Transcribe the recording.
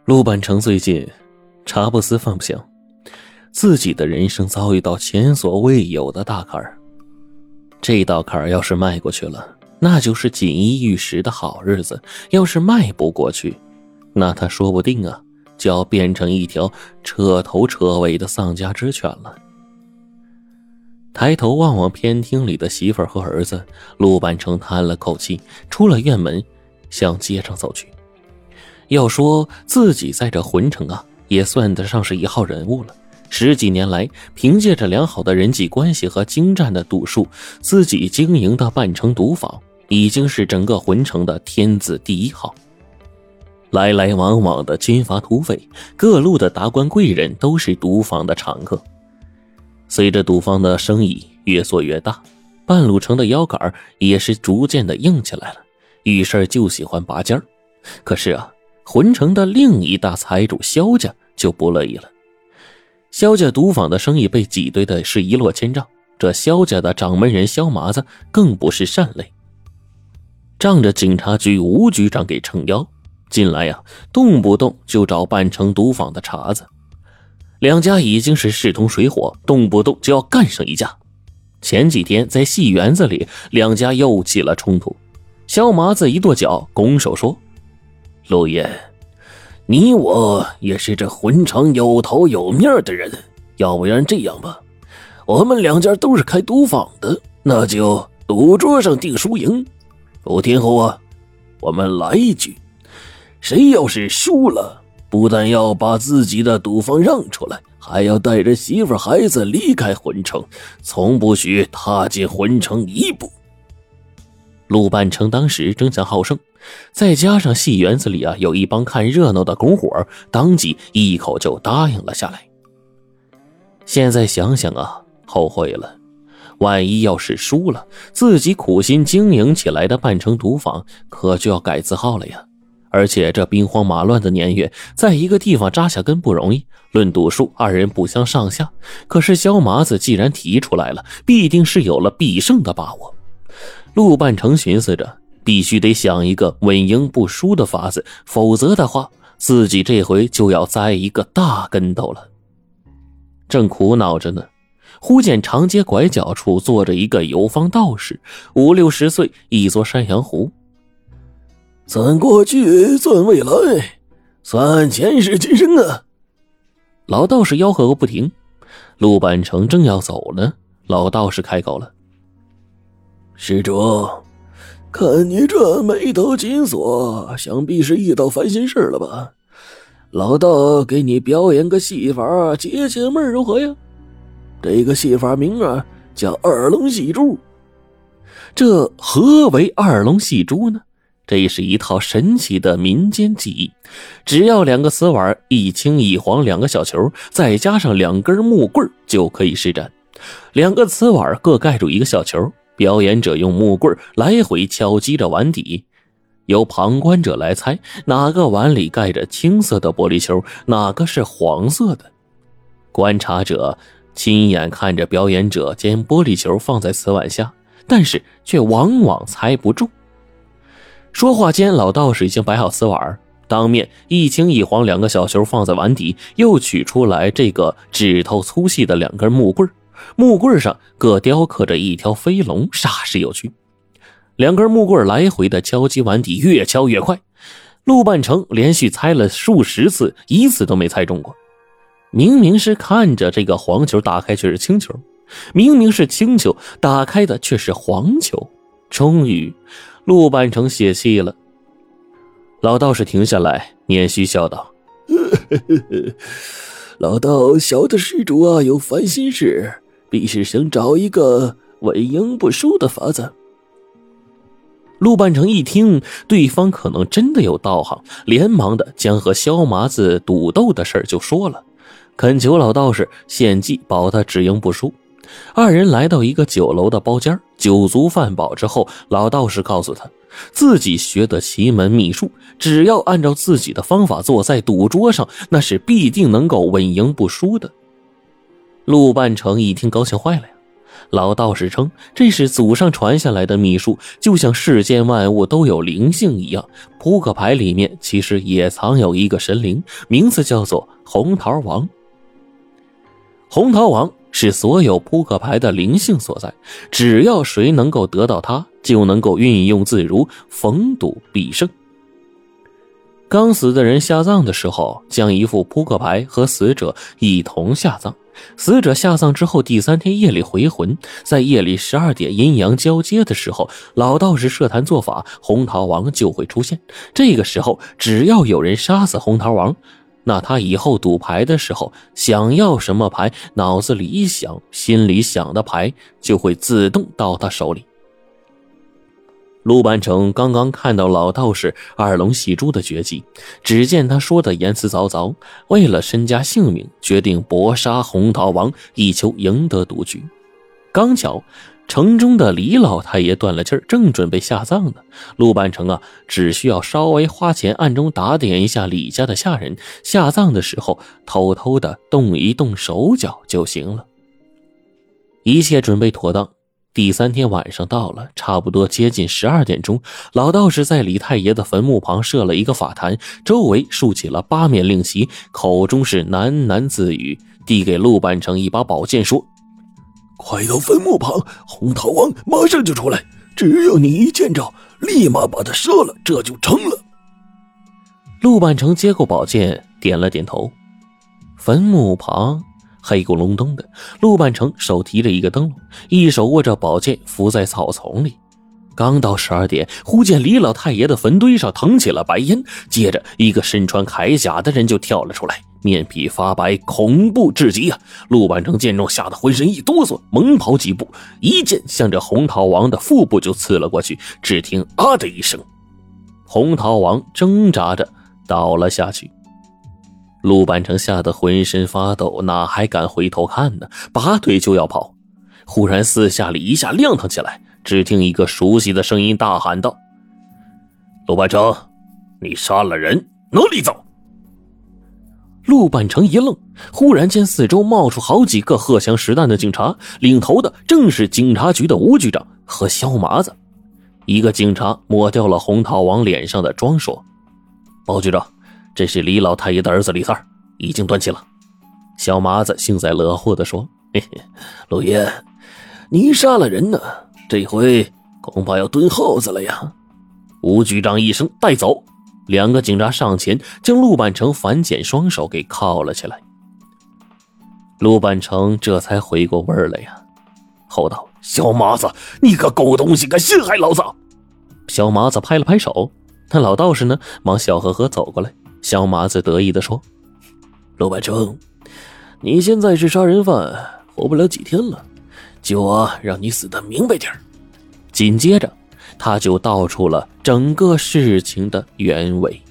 陆半成最近茶不思饭不想，自己的人生遭遇到前所未有的大坎儿。这道坎儿要是迈过去了，那就是锦衣玉食的好日子；要是迈不过去，那他说不定就要变成一条彻头彻尾的丧家之犬了。抬头望望偏厅里的媳妇儿和儿子，陆半成叹了口气，出了院门，向街上走去。要说自己在这浑城也算得上是一号人物了。10几年来，凭借着良好的人际关系和精湛的赌术，自己经营的半城赌坊已经是整个浑城的天字第一号。来来往往的军阀土匪，各路的达官贵人都是赌坊的常客。随着赌坊的生意越做越大，半路城的腰杆也是逐渐的硬起来了，遇事就喜欢拔尖儿。可是浑城的另一大财主萧家就不乐意了。萧家赌坊的生意被挤兑的是一落千丈，这萧家的掌门人萧麻子更不是善类，仗着警察局吴局长给撑腰，近来动不动就找半城赌坊的茬子。两家已经是势同水火，动不动就要干上一架。前几天在戏园子里，两家又起了冲突。萧麻子一跺脚，拱手说：陆爷，你我也是这浑城有头有面的人，要不然这样吧，我们两家都是开赌坊的，那就赌桌上定输赢。5天后我们来一局，谁要是输了，不但要把自己的赌坊让出来，还要带着媳妇孩子离开浑城，从不许踏进浑城一步。陆半成当时争强好胜，再加上戏园子里有一帮看热闹的拱火，当即一口就答应了下来。现在想想后悔了，万一要是输了，自己苦心经营起来的半城赌坊可就要改字号了呀。而且这兵荒马乱的年月，在一个地方扎下根不容易，论赌术二人不相上下，可是萧麻子既然提出来了，必定是有了必胜的把握。陆半成寻思着，必须得想一个稳赢不输的法子，否则的话，自己这回就要栽一个大跟头了。正苦恼着呢，忽见长街拐角处坐着一个游方道士，50、60岁，一撮山羊胡。 算过去，算未来，算前世今生老道士吆喝个不停。陆半成正要走呢，老道士开口了： 施主，看你这眉头紧锁，想必是遇到烦心事了吧？老道给你表演个戏法解解闷如何呀？这个戏法名叫二龙戏珠。 这何为二龙戏珠呢？这是一套神奇的民间技艺，只要2个瓷碗，一青一黄2个小球，再加上2根木棍就可以施展。2个瓷碗各盖住1个小球，表演者用木棍来回敲击着碗底，由旁观者来猜哪个碗里盖着青色的玻璃球，哪个是黄色的。观察者亲眼看着表演者将玻璃球放在瓷碗下，但是却往往猜不中。说话间，老道士已经摆好瓷碗，当面一青一黄2个小球放在碗底，又取出来这个指头粗细的2根木棍，木棍上各雕刻着一条飞龙，煞是有趣。2根木棍来回的敲击碗底，越敲越快。陆半成连续猜了数十次，一次都没猜中过。明明是看着这个黄球打开却是青球，明明是青球打开的却是黄球。终于陆半成泄气了。老道士停下来，捻须笑道： 老道晓得施主有烦心事，必是想找一个稳赢不输的法子。 陆半成一听对方可能真的有道行，连忙的将和萧麻子赌斗的事就说了，恳求老道士献计保他只赢不输。2人来到一个酒楼的包间，酒足饭饱之后，老道士告诉他，自己学的奇门秘术，只要按照自己的方法做，在赌桌上那是必定能够稳赢不输的。陆半成一听高兴坏了呀， 老道士称，这是祖上传下来的秘术，就像世间万物都有灵性一样，扑克牌里面其实也藏有一个神灵，名字叫做红桃王。红桃王是所有扑克牌的灵性所在，只要谁能够得到它，就能够运用自如，逢赌必胜。刚死的人下葬的时候，将一副扑克牌和死者一同下葬。死者下葬之后，第3天夜里回魂，在夜里12点阴阳交接的时候，老道士设坛做法，红桃王就会出现。这个时候，只要有人杀死红桃王，那他以后赌牌的时候，想要什么牌，脑子里一想，心里想的牌就会自动到他手里。陆半成刚刚看到老道士二龙戏珠的绝技，只见他说的言辞凿凿，为了身家性命，决定搏杀红桃王，以求赢得赌局。刚巧城中的李老太爷断了气儿，正准备下葬呢。陆半成只需要稍微花钱暗中打点一下李家的下人，下葬的时候偷偷的动一动手脚就行了。一切准备妥当，第3天晚上到了，差不多接近12点钟，老道士在李太爷的坟墓旁设了一个法坛，周围竖起了8面令旗，口中是喃喃自语，递给陆半成一把宝剑说： 快到坟墓旁，红桃王马上就出来，只要你一见着，立马把他射了，这就成了。 陆半成接过宝剑，点了点头。坟墓旁黑咕隆咚的，陆半成手提着一个灯笼，一手握着宝剑，伏在草丛里。刚到12点，忽见李老太爷的坟堆上腾起了白烟，接着一个身穿铠甲的人就跳了出来，面皮发白，恐怖至极啊！陆半成见状，吓得浑身一哆嗦，猛跑几步，一剑向着红桃王的腹部就刺了过去。只听啊的一声，红桃王挣扎着倒了下去。陆半成吓得浑身发抖，哪还敢回头看呢？拔腿就要跑，忽然四下里一下亮堂起来，只听一个熟悉的声音大喊道：陆半成，你杀了人，哪里走？陆半成一愣，忽然间四周冒出好几个荷枪实弹的警察，领头的正是警察局的吴局长和萧麻子。一个警察抹掉了红桃王脸上的妆，说：包局长，这是李老太爷的儿子李三，已经断气了。小麻子幸灾乐祸地说：嘿嘿， 陆爷，你杀了人呢，这回恐怕要蹲耗子了呀。 吴局长一声带走，两个警察上前将陆半成反剪双手给铐了起来。陆半成这才回过味儿来呀，吼道：小麻子，你个狗东西，敢陷害老子！小麻子拍了拍手，那老道士呢，忙笑呵呵走过来。小麻子得意地说： 陆半成，你现在是杀人犯，活不了几天了，就让你死得明白点。 紧接着他就道出了整个事情的原委。